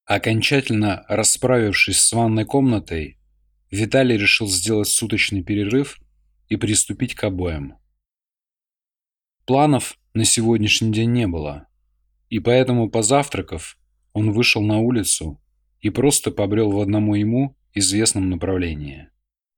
Окончательно расправившись с ванной комнатой, Виталий решил сделать суточный перерыв и приступить к обоям. Планов на сегодняшний день не было, и поэтому, позавтракав, он вышел на улицу и просто побрел в одному ему известном направлении.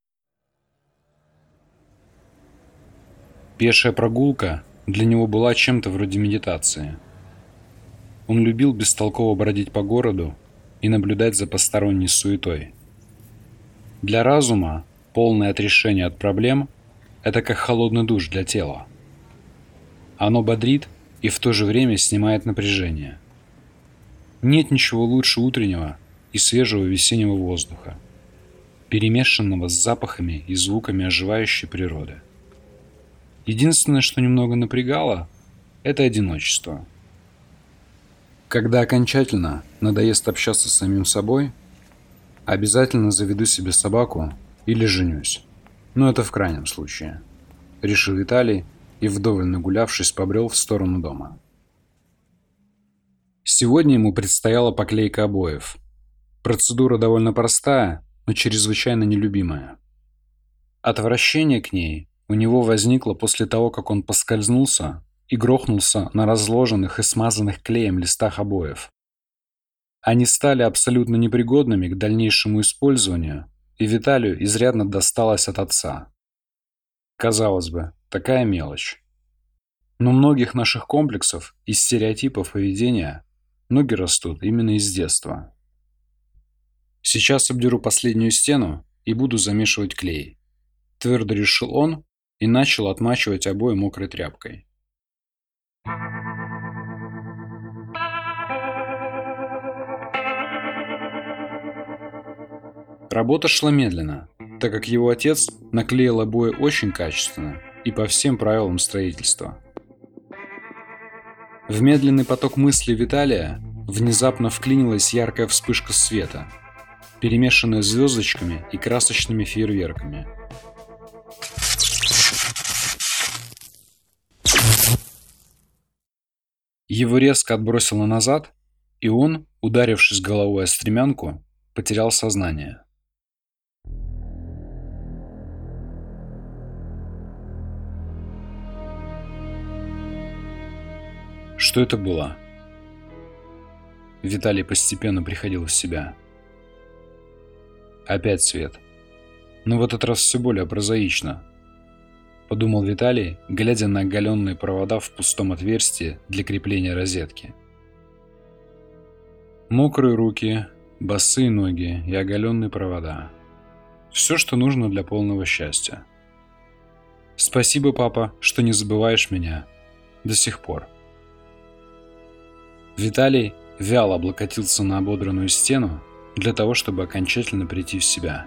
Пешая прогулка для него была чем-то вроде медитации. Он любил бестолково бродить по городу и наблюдать за посторонней суетой. Для разума полное отрешение от проблем – это как холодный душ для тела. Оно бодрит и в то же время снимает напряжение. Нет ничего лучше утреннего и свежего весеннего воздуха, перемешанного с запахами и звуками оживающей природы. Единственное, что немного напрягало – это одиночество. Когда окончательно надоест общаться с самим собой, обязательно заведу себе собаку или женюсь. Но это в крайнем случае, решил Виталий и, вдоволь нагулявшись, побрел в сторону дома. Сегодня ему предстояла поклейка обоев. Процедура довольно простая, но чрезвычайно нелюбимая. Отвращение к ней у него возникло после того, как он поскользнулся и грохнулся на разложенных и смазанных клеем листах обоев. Они стали абсолютно непригодными к дальнейшему использованию, и Виталию изрядно досталось от отца. Казалось бы, такая мелочь. Но у многих наших комплексов и стереотипов поведения ноги растут именно из детства. Сейчас обдеру последнюю стену и буду замешивать клей. Твердо решил он и начал отмачивать обои мокрой тряпкой. Работа шла медленно, так как его отец наклеил обои очень качественно и по всем правилам строительства. В медленный поток мыслей Виталия внезапно вклинилась яркая вспышка света, перемешанная звездочками и красочными фейерверками. Его резко отбросило назад, и он, ударившись головой о стремянку, потерял сознание. Что это было? Виталий постепенно приходил в себя. Опять свет. Но в этот раз все более прозаично, подумал Виталий, глядя на оголенные провода в пустом отверстии для крепления розетки. Мокрые руки, босые ноги и оголенные провода. Все, что нужно для полного счастья. Спасибо, папа, что не забываешь меня. До сих пор. Виталий вяло облокотился на ободранную стену для того, чтобы окончательно прийти в себя.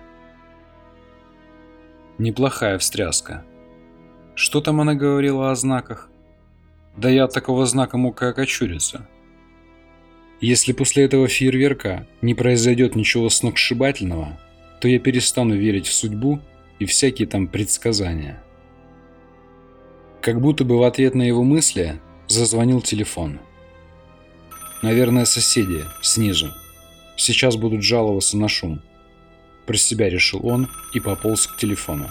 Неплохая встряска. Что там она говорила о знаках? Да я от такого знака мог и окочуриться. Если после этого фейерверка не произойдет ничего сногсшибательного, то я перестану верить в судьбу и всякие там предсказания. Как будто бы в ответ на его мысли зазвонил телефон. Наверное, соседи снизу. Сейчас будут жаловаться на шум. Про себя решил он и пополз к телефону.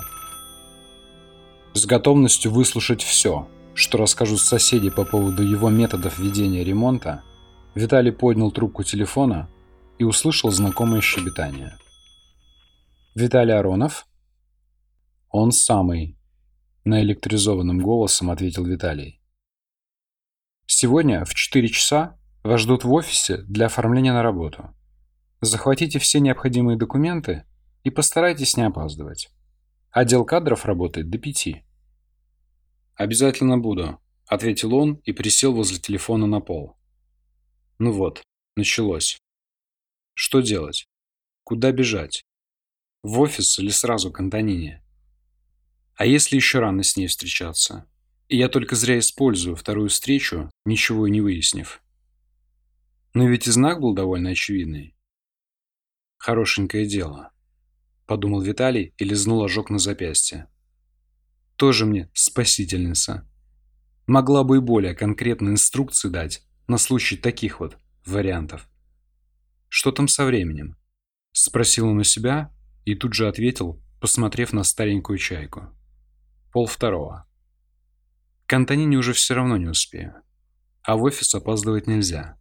С готовностью выслушать все, что расскажут соседи по поводу его методов ведения ремонта, Виталий поднял трубку телефона и услышал знакомое щебетание. «Виталий Аронов?» «Он самый», — наэлектризованным голосом ответил Виталий. «Сегодня в 4 часа вас ждут в офисе для оформления на работу. Захватите все необходимые документы и постарайтесь не опаздывать. Отдел кадров работает до 5. «Обязательно буду», — ответил он и присел возле телефона на пол. Ну вот, началось. Что делать? Куда бежать? В офис или сразу к Антонине? А если еще рано с ней встречаться? И я только зря использую вторую встречу, ничего и не выяснив. Но ведь и знак был довольно очевидный. Хорошенькое дело, подумал Виталий и лизнул ожог на запястье. Тоже мне спасительница. Могла бы и более конкретные инструкции дать на случай таких вот вариантов. что там со временем?» – спросил он у себя и тут же ответил, посмотрев на старенькую чайку. 1:30. К Антонине уже все равно не успею, а в офис опаздывать нельзя.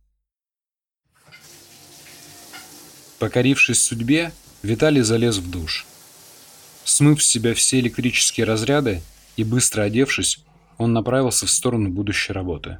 Покорившись судьбе, Виталий залез в душ. Смыв с себя все электрические разряды и быстро одевшись, он направился в сторону будущей работы.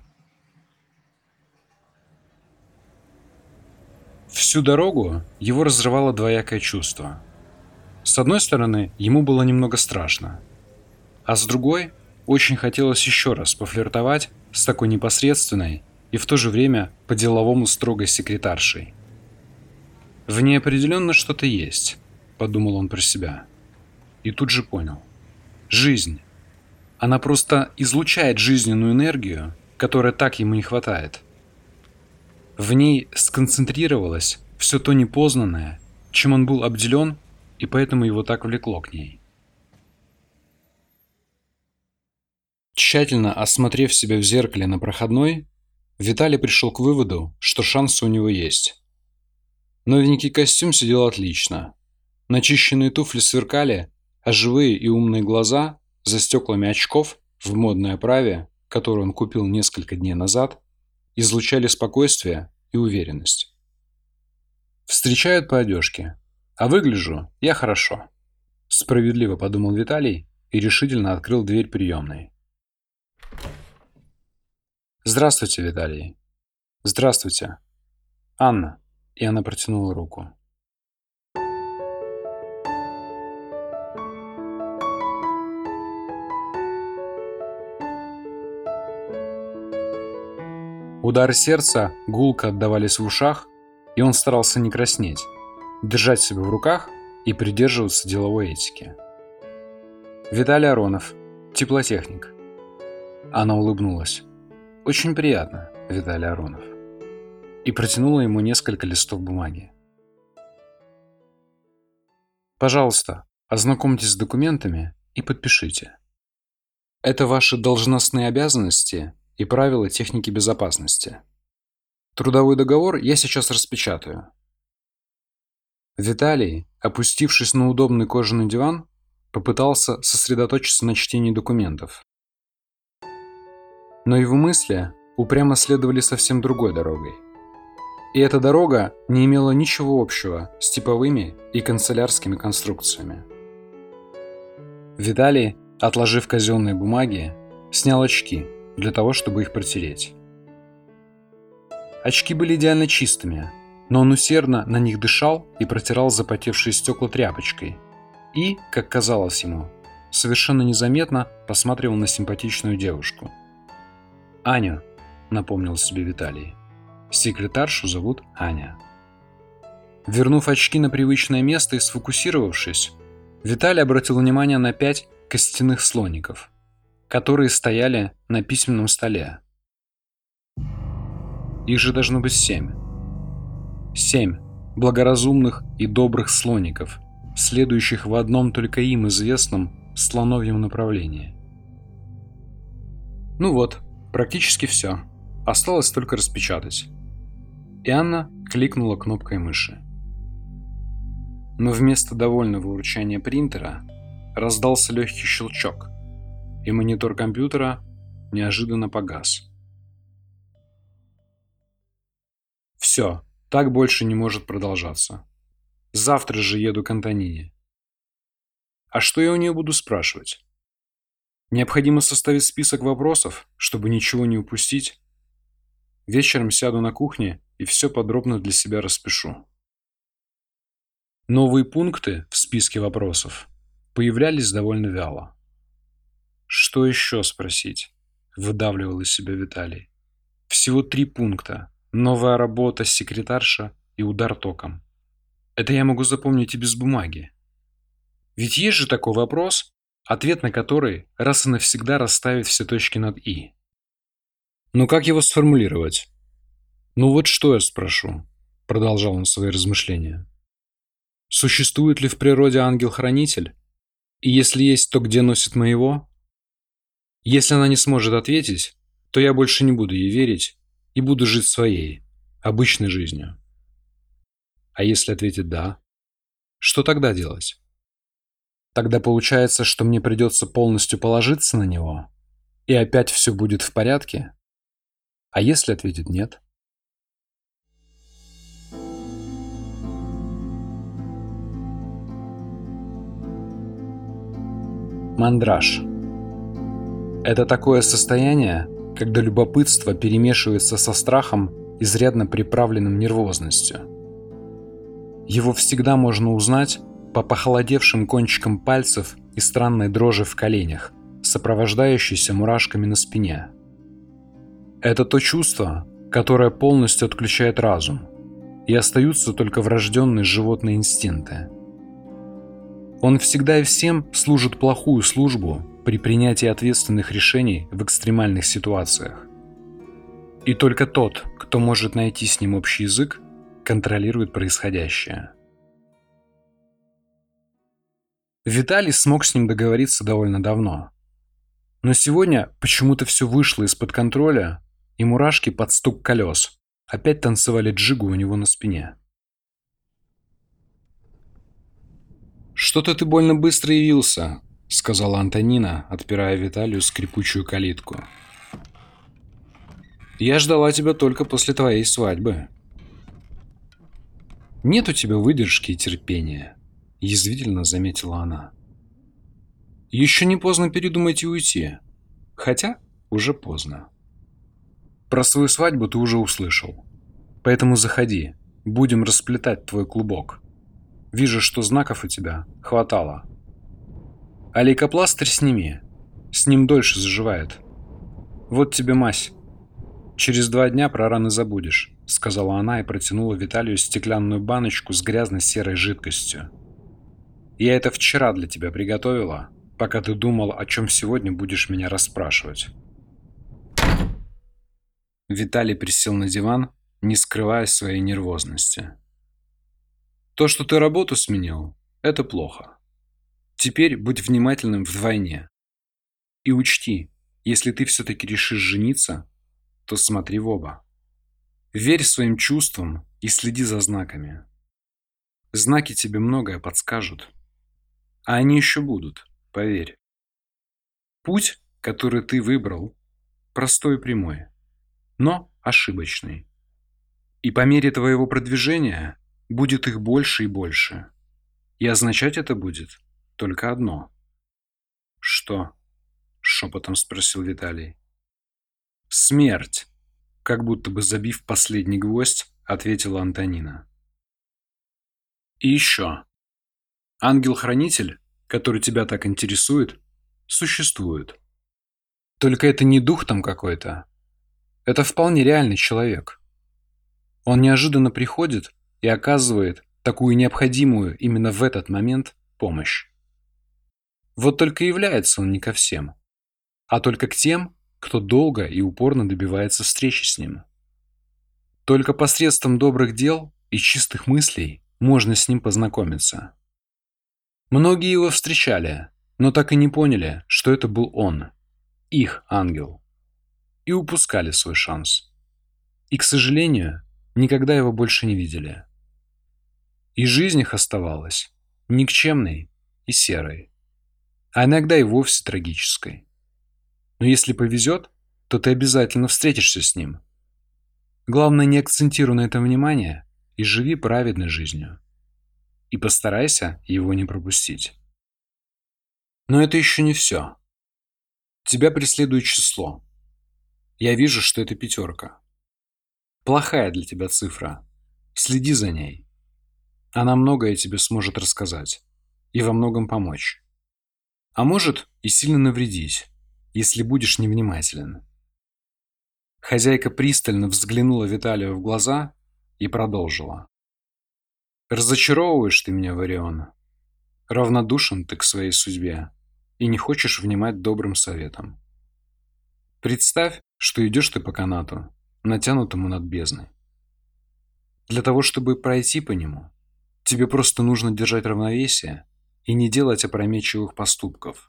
Всю дорогу его разрывало двоякое чувство. С одной стороны, ему было немного страшно, а с другой, очень хотелось еще раз пофлиртовать с такой непосредственной и в то же время по-деловому строгой секретаршей. «В ней определенно что-то есть», — подумал он про себя. И тут же понял. Жизнь. Она просто излучает жизненную энергию, которой так ему не хватает. В ней сконцентрировалось все то непознанное, чем он был обделен, и поэтому его так влекло к ней. Тщательно осмотрев себя в зеркале на проходной, Виталий пришел к выводу, что шансы у него есть. Новенький костюм сидел отлично. Начищенные туфли сверкали, а живые и умные глаза за стеклами очков в модной оправе, которую он купил несколько дней назад, излучали спокойствие и уверенность. «Встречают по одежке, а выгляжу я хорошо», – справедливо подумал Виталий и решительно открыл дверь приемной. «Здравствуйте, Виталий». «Здравствуйте. Анна». И она протянула руку. Удары сердца гулко отдавались в ушах, и он старался не краснеть, держать себя в руках и придерживаться деловой этики. «Виталий Аронов, теплотехник». Она улыбнулась. «Очень приятно, Виталий Аронов». И протянула ему несколько листов бумаги. «Пожалуйста, ознакомьтесь с документами и подпишите. Это ваши должностные обязанности и правила техники безопасности. Трудовой договор я сейчас распечатаю». Виталий, опустившись на удобный кожаный диван, попытался сосредоточиться на чтении документов. Но его мысли упрямо следовали совсем другой дорогой. И эта дорога не имела ничего общего с типовыми и канцелярскими конструкциями. Виталий, отложив казенные бумаги, снял очки для того, чтобы их протереть. Очки были идеально чистыми, но он усердно на них дышал и протирал запотевшие стекла тряпочкой. И, как казалось ему, совершенно незаметно посматривал на симпатичную девушку. «Аню», — напомнил себе Виталий. Секретаршу зовут Аня. Вернув очки на привычное место и сфокусировавшись, Виталий обратил внимание на 5 костяных слоников, которые стояли на письменном столе. Их же должно быть 7. 7 благоразумных и добрых слоников, следующих в одном только им известном слоновьем направлении. Ну вот, практически все. Осталось только распечатать. И Анна кликнула кнопкой мыши. Но вместо довольного урчания принтера раздался легкий щелчок, и монитор компьютера неожиданно погас. Все, так больше не может продолжаться. Завтра же еду к Антонине. А что я у нее буду спрашивать? Необходимо составить список вопросов, чтобы ничего не упустить. Вечером сяду на кухне и все подробно для себя распишу. Новые пункты в списке вопросов появлялись довольно вяло. «Что еще спросить?» – выдавливал из себя Виталий. «Всего 3 пункта. Новая работа, секретарша и удар током. Это я могу запомнить и без бумаги. Ведь есть же такой вопрос, ответ на который раз и навсегда расставит все точки над «и». Но как его сформулировать? «Ну вот что я спрошу», – продолжал он свои размышления. «Существует ли в природе ангел-хранитель? И если есть, то где носит моего? Если она не сможет ответить, то я больше не буду ей верить и буду жить своей, обычной жизнью». А если ответит «да», что тогда делать? Тогда получается, что мне придется полностью положиться на него, и опять все будет в порядке? А если ответит «нет»? Мандраж. Это такое состояние, когда любопытство перемешивается со страхом, изрядно приправленным нервозностью. Его всегда можно узнать по похолодевшим кончикам пальцев и странной дрожи в коленях, сопровождающейся мурашками на спине. Это то чувство, которое полностью отключает разум, и остаются только врожденные животные инстинкты. Он всегда и всем служит плохую службу при принятии ответственных решений в экстремальных ситуациях. И только тот, кто может найти с ним общий язык, контролирует происходящее. Виталий смог с ним договориться довольно давно. Но сегодня почему-то все вышло из-под контроля, и мурашки под стук колес опять танцевали джигу у него на спине. «Что-то ты больно быстро явился», — сказала Антонина, отпирая Виталию скрипучую калитку. «Я ждала тебя только после твоей свадьбы». «Нет у тебя выдержки и терпения», — язвительно заметила она. «Еще не поздно передумать и уйти. Хотя уже поздно. Про свою свадьбу ты уже услышал. Поэтому заходи, будем расплетать твой клубок. Вижу, что знаков у тебя хватало. А лейкопластырь сними, с ним дольше заживает. Вот тебе мазь. Через 2 дня про раны забудешь», — сказала она и протянула Виталию стеклянную баночку с грязной серой жидкостью. «Я это вчера для тебя приготовила, пока ты думал, о чем сегодня будешь меня расспрашивать». Виталий присел на диван, не скрывая своей нервозности. «То, что ты работу сменил, это плохо. Теперь будь внимательным вдвойне. И учти, если ты все-таки решишь жениться, то смотри в оба. Верь своим чувствам и следи за знаками. Знаки тебе многое подскажут. А они еще будут, поверь. Путь, который ты выбрал, простой и прямой, но ошибочный. И по мере твоего продвижения будет их больше и больше. И означать это будет только одно». «Что?» — шепотом спросил Виталий. «Смерть», — как будто бы забив последний гвоздь, ответила Антонина. «И еще. Ангел-хранитель, который тебя так интересует, существует. Только это не дух там какой-то. Это вполне реальный человек. Он неожиданно приходит и оказывает такую необходимую именно в этот момент помощь. Вот только является он не ко всем, а только к тем, кто долго и упорно добивается встречи с ним. Только посредством добрых дел и чистых мыслей можно с ним познакомиться. Многие его встречали, но так и не поняли, что это был он, их ангел, и упускали свой шанс. И, к сожалению, никогда его больше не видели. И жизнь их оставалась никчемной и серой, а иногда и вовсе трагической. Но если повезет, то ты обязательно встретишься с ним. Главное, не акцентируй на этом внимание и живи праведной жизнью. И постарайся его не пропустить. Но это еще не все. Тебя преследует число. Я вижу, что это 5. Плохая для тебя цифра. Следи за ней. Она многое тебе сможет рассказать и во многом помочь. А может и сильно навредить, если будешь невнимателен. Хозяйка пристально взглянула Виталию в глаза и продолжила. «Разочаровываешь ты меня, Варион. Равнодушен ты к своей судьбе и не хочешь внимать добрым советам. Представь, что идешь ты по канату, натянутому над бездной. Для того, чтобы пройти по нему, тебе просто нужно держать равновесие и не делать опрометчивых поступков.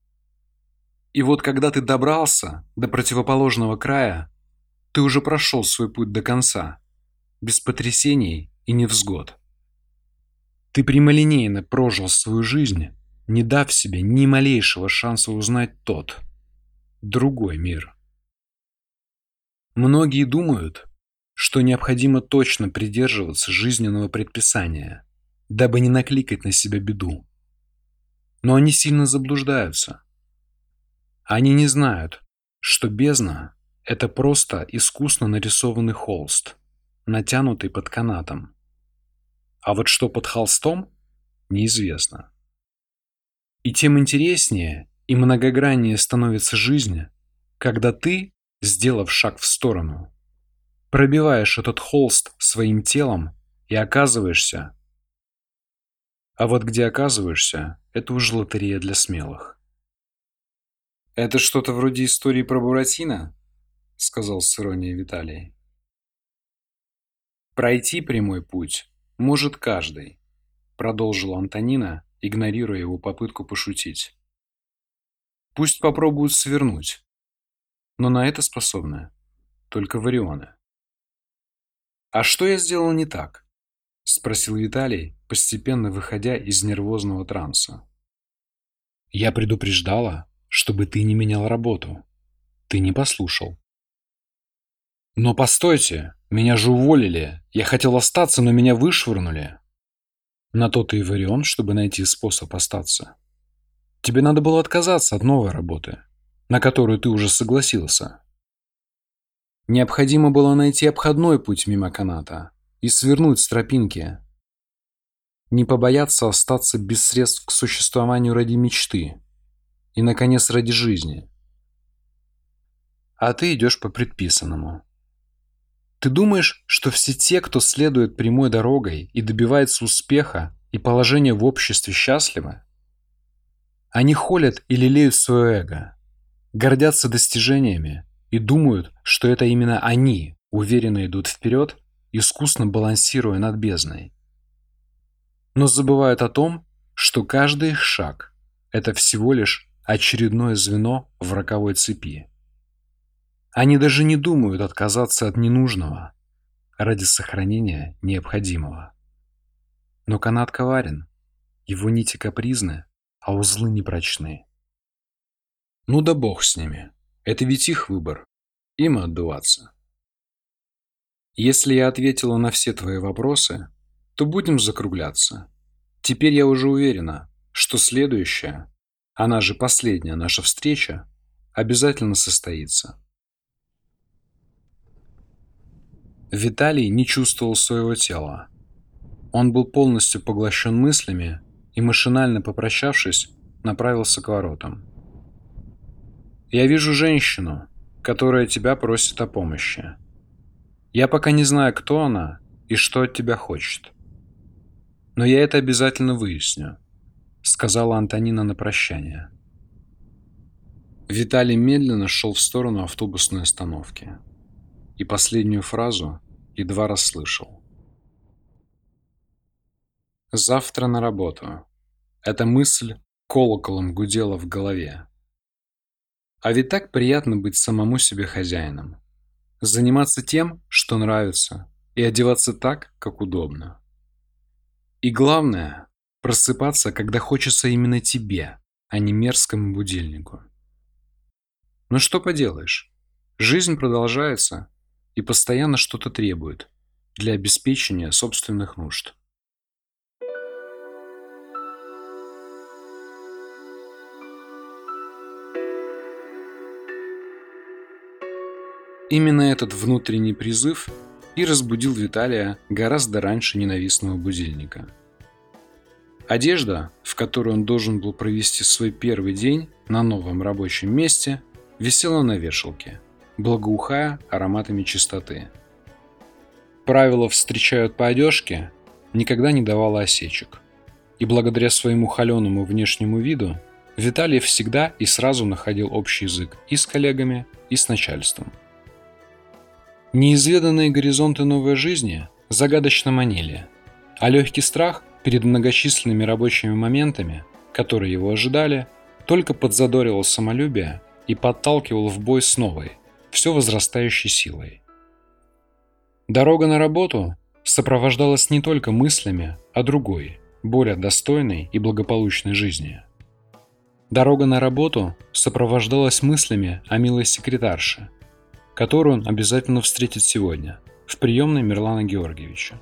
И вот когда ты добрался до противоположного края, ты уже прошел свой путь до конца, без потрясений и невзгод. Ты прямолинейно прожил свою жизнь, не дав себе ни малейшего шанса узнать тот, другой мир. Многие думают, что необходимо точно придерживаться жизненного предписания, дабы не накликать на себя беду. Но они сильно заблуждаются. Они не знают, что бездна – это просто искусно нарисованный холст, натянутый под канатом. А вот что под холстом – неизвестно. И тем интереснее и многограннее становится жизнь, когда ты, сделав шаг в сторону, пробиваешь этот холст своим телом и оказываешься. А вот где оказываешься – это уже лотерея для смелых. «Это что-то вроде истории про Буратино?» – сказал с иронией Виталий. «Пройти прямой путь может каждый», – продолжила Антонина, игнорируя его попытку пошутить. «Пусть попробуют свернуть, но на это способны только варионы». «А что я сделал не так?» – спросил Виталий, постепенно выходя из нервозного транса. «Я предупреждала, чтобы ты не менял работу. Ты не послушал». «Но постойте, меня же уволили. Я хотел остаться, но меня вышвырнули». «На то ты и вариант, чтобы найти способ остаться. Тебе надо было отказаться от новой работы, на которую ты уже согласился. Необходимо было найти обходной путь мимо каната и свернуть с тропинки. Не побояться остаться без средств к существованию ради мечты и, наконец, ради жизни. А ты идешь по предписанному. Ты думаешь, что все те, кто следует прямой дорогой и добивается успеха и положения в обществе, счастливы? Они холят и лелеют свое эго, гордятся достижениями и думают, что это именно они уверенно идут вперед, искусно балансируя над бездной. Но забывают о том, что каждый их шаг – это всего лишь очередное звено в роковой цепи. Они даже не думают отказаться от ненужного ради сохранения необходимого. Но канат коварен, его нити капризны, а узлы непрочны. Ну да бог с ними, это ведь их выбор, им отдуваться. Если я ответила на все твои вопросы, то будем закругляться. Теперь я уже уверена, что следующая, она же последняя наша встреча, обязательно состоится. Виталий не чувствовал своего тела. Он был полностью поглощен мыслями и, машинально попрощавшись, направился к воротам. «Я вижу женщину, которая тебя просит о помощи. Я пока не знаю, кто она и что от тебя хочет. Но я это обязательно выясню», — сказала Антонина на прощание. Виталий медленно шел в сторону автобусной остановки и последнюю фразу едва расслышал. «Завтра на работу». Эта мысль колоколом гудела в голове. А ведь так приятно быть самому себе хозяином. Заниматься тем, что нравится, и одеваться так, как удобно. И главное, просыпаться, когда хочется именно тебе, а не мерзкому будильнику. Но что поделаешь, жизнь продолжается и постоянно что-то требует для обеспечения собственных нужд. Именно этот внутренний призыв и разбудил Виталия гораздо раньше ненавистного будильника. Одежда, в которой он должен был провести свой первый день на новом рабочем месте, висела на вешалке, благоухая ароматами чистоты. Правило «встречают по одежке» никогда не давало осечек, и благодаря своему холеному внешнему виду Виталий всегда и сразу находил общий язык и с коллегами, и с начальством. Неизведанные горизонты новой жизни загадочно манили, а легкий страх перед многочисленными рабочими моментами, которые его ожидали, только подзадоривал самолюбие и подталкивал в бой с новой, все возрастающей силой. Дорога на работу сопровождалась не только мыслями о другой, более достойной и благополучной жизни. Дорога на работу сопровождалась мыслями о милой секретарше, которую он обязательно встретит сегодня в приемной Мирлана Георгиевича.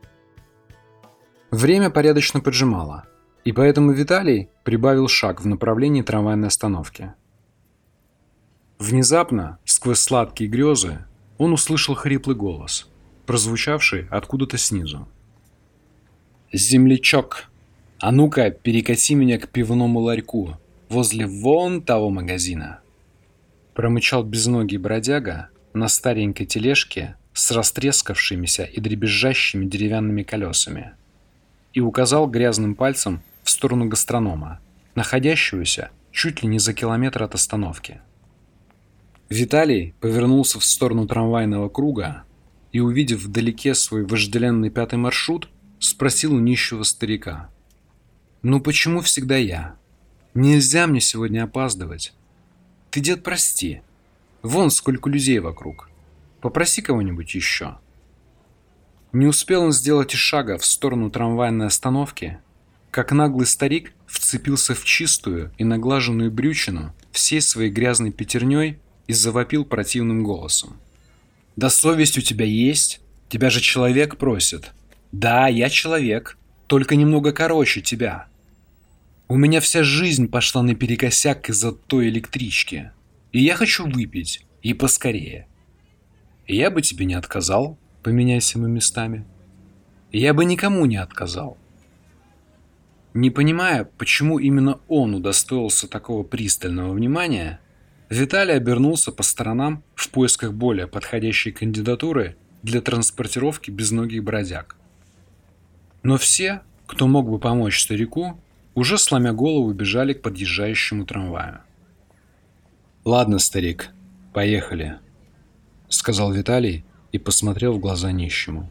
Время порядочно поджимало, и поэтому Виталий прибавил шаг в направлении трамвайной остановки. Внезапно, сквозь сладкие грезы, он услышал хриплый голос, прозвучавший откуда-то снизу. «Землячок, а ну-ка перекати меня к пивному ларьку возле вон того магазина!» Промычал безногий бродяга на старенькой тележке с растрескавшимися и дребезжащими деревянными колесами и указал грязным пальцем в сторону гастронома, находящегося чуть ли не за километр от остановки. Виталий повернулся в сторону трамвайного круга и, увидев вдалеке свой вожделенный 5-й маршрут, спросил у нищего старика: «Ну почему всегда я? Нельзя мне сегодня опаздывать. Ты, дед, прости. Вон сколько людей вокруг. Попроси кого-нибудь еще». Не успел он сделать и шага в сторону трамвайной остановки, как наглый старик вцепился в чистую и наглаженную брючину всей своей грязной пятерней и завопил противным голосом: «Да совесть у тебя есть? Тебя же человек просит». «Да, я человек, только немного короче тебя. У меня вся жизнь пошла наперекосяк из-за той электрички, и я хочу выпить, и поскорее. Я бы тебе не отказал, поменяйся мы местами. Я бы никому не отказал». Не понимая, почему именно он удостоился такого пристального внимания, Виталий обернулся по сторонам в поисках более подходящей кандидатуры для транспортировки безногих бродяг. Но все, кто мог бы помочь старику, уже сломя голову бежали к подъезжающему трамваю. «Ладно, старик, поехали», — сказал Виталий и посмотрел в глаза нищему.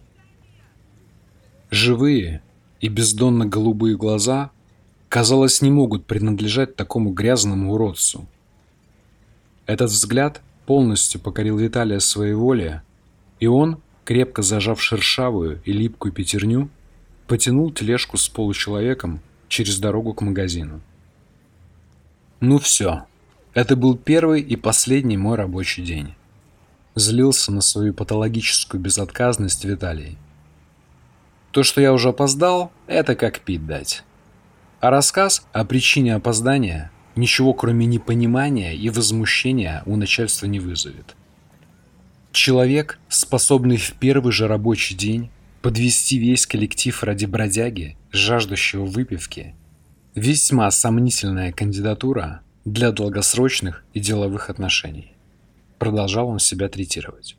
Живые и бездонно-голубые глаза, казалось, не могут принадлежать такому грязному уродцу. Этот взгляд полностью покорил Виталия своей воле, и он, крепко зажав шершавую и липкую пятерню, потянул тележку с получеловеком через дорогу к магазину. Ну все, это был первый и последний мой рабочий день. Злился на свою патологическую безотказность Виталий. То, что я уже опоздал, это как пить дать. А рассказ о причине опоздания ничего кроме непонимания и возмущения у начальства не вызовет. Человек, способный в первый же рабочий день подвести весь коллектив ради бродяги, жаждущего выпивки, весьма сомнительная кандидатура для долгосрочных и деловых отношений. Продолжал он себя третировать.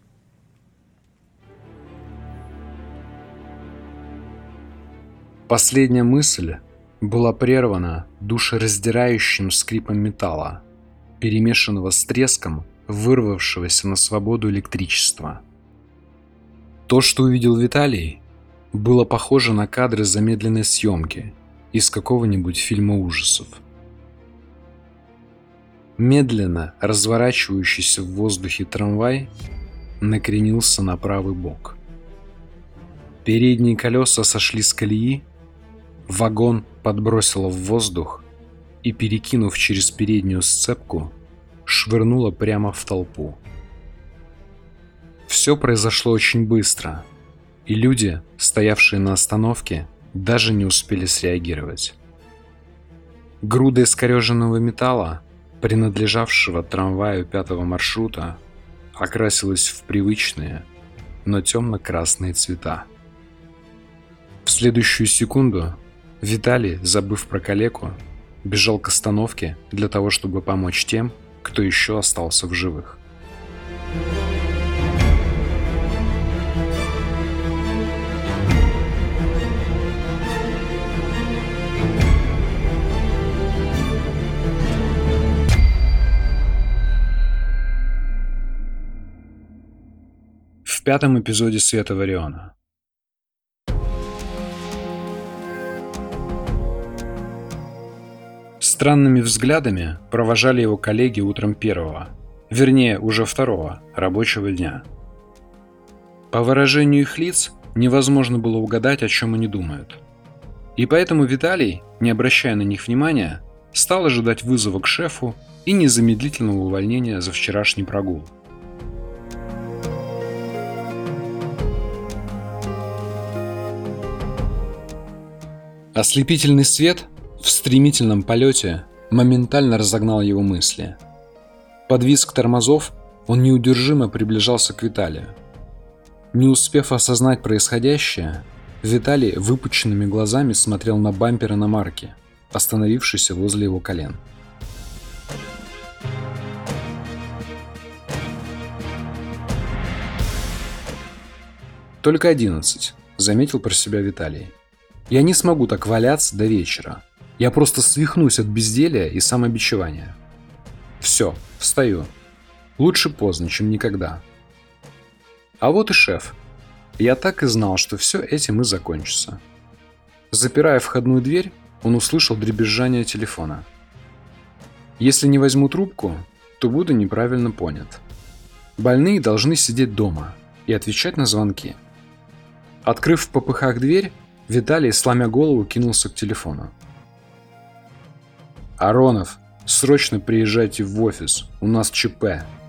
Последняя мысль была прервана душераздирающим скрипом металла, перемешанного с треском вырвавшегося на свободу электричества. То, что увидел Виталий, было похоже на кадры замедленной съемки из какого-нибудь фильма ужасов. Медленно разворачивающийся в воздухе трамвай накренился на правый бок. Передние колеса сошли с колеи, вагон подбросило в воздух и, перекинув через переднюю сцепку, швырнуло прямо в толпу. Все произошло очень быстро, и люди, стоявшие на остановке, даже не успели среагировать. Груда искореженного металла, принадлежавшего трамваю 5-го маршрута, окрасилась в привычные, но темно-красные цвета. В следующую секунду Виталий, забыв про калеку, бежал к остановке для того, чтобы помочь тем, кто еще остался в живых. В 5-м эпизоде «Света Вариона». Странными взглядами провожали его коллеги утром первого, вернее, уже второго рабочего дня. По выражению их лиц невозможно было угадать, о чем они думают. И поэтому Виталий, не обращая на них внимания, стал ожидать вызова к шефу и незамедлительного увольнения за вчерашний прогул. Ослепительный свет в стремительном полете моментально разогнал его мысли. Под визг тормозов он неудержимо приближался к Виталию. Не успев осознать происходящее, Виталий выпученными глазами смотрел на бампер иномарки, остановившийся возле его колен. «Только 11», — заметил про себя Виталий. «Я не смогу так валяться до вечера. Я просто свихнусь от безделия и самобичевания. Все, встаю. Лучше поздно, чем никогда». А вот и шеф. Я так и знал, что все этим и закончится. Запирая входную дверь, он услышал дребезжание телефона. Если не возьму трубку, то буду неправильно понят. Больные должны сидеть дома и отвечать на звонки. Открыв в попыхах дверь, Виталий, сломя голову, кинулся к телефону. «Аронов, срочно приезжайте в офис, у нас ЧП»,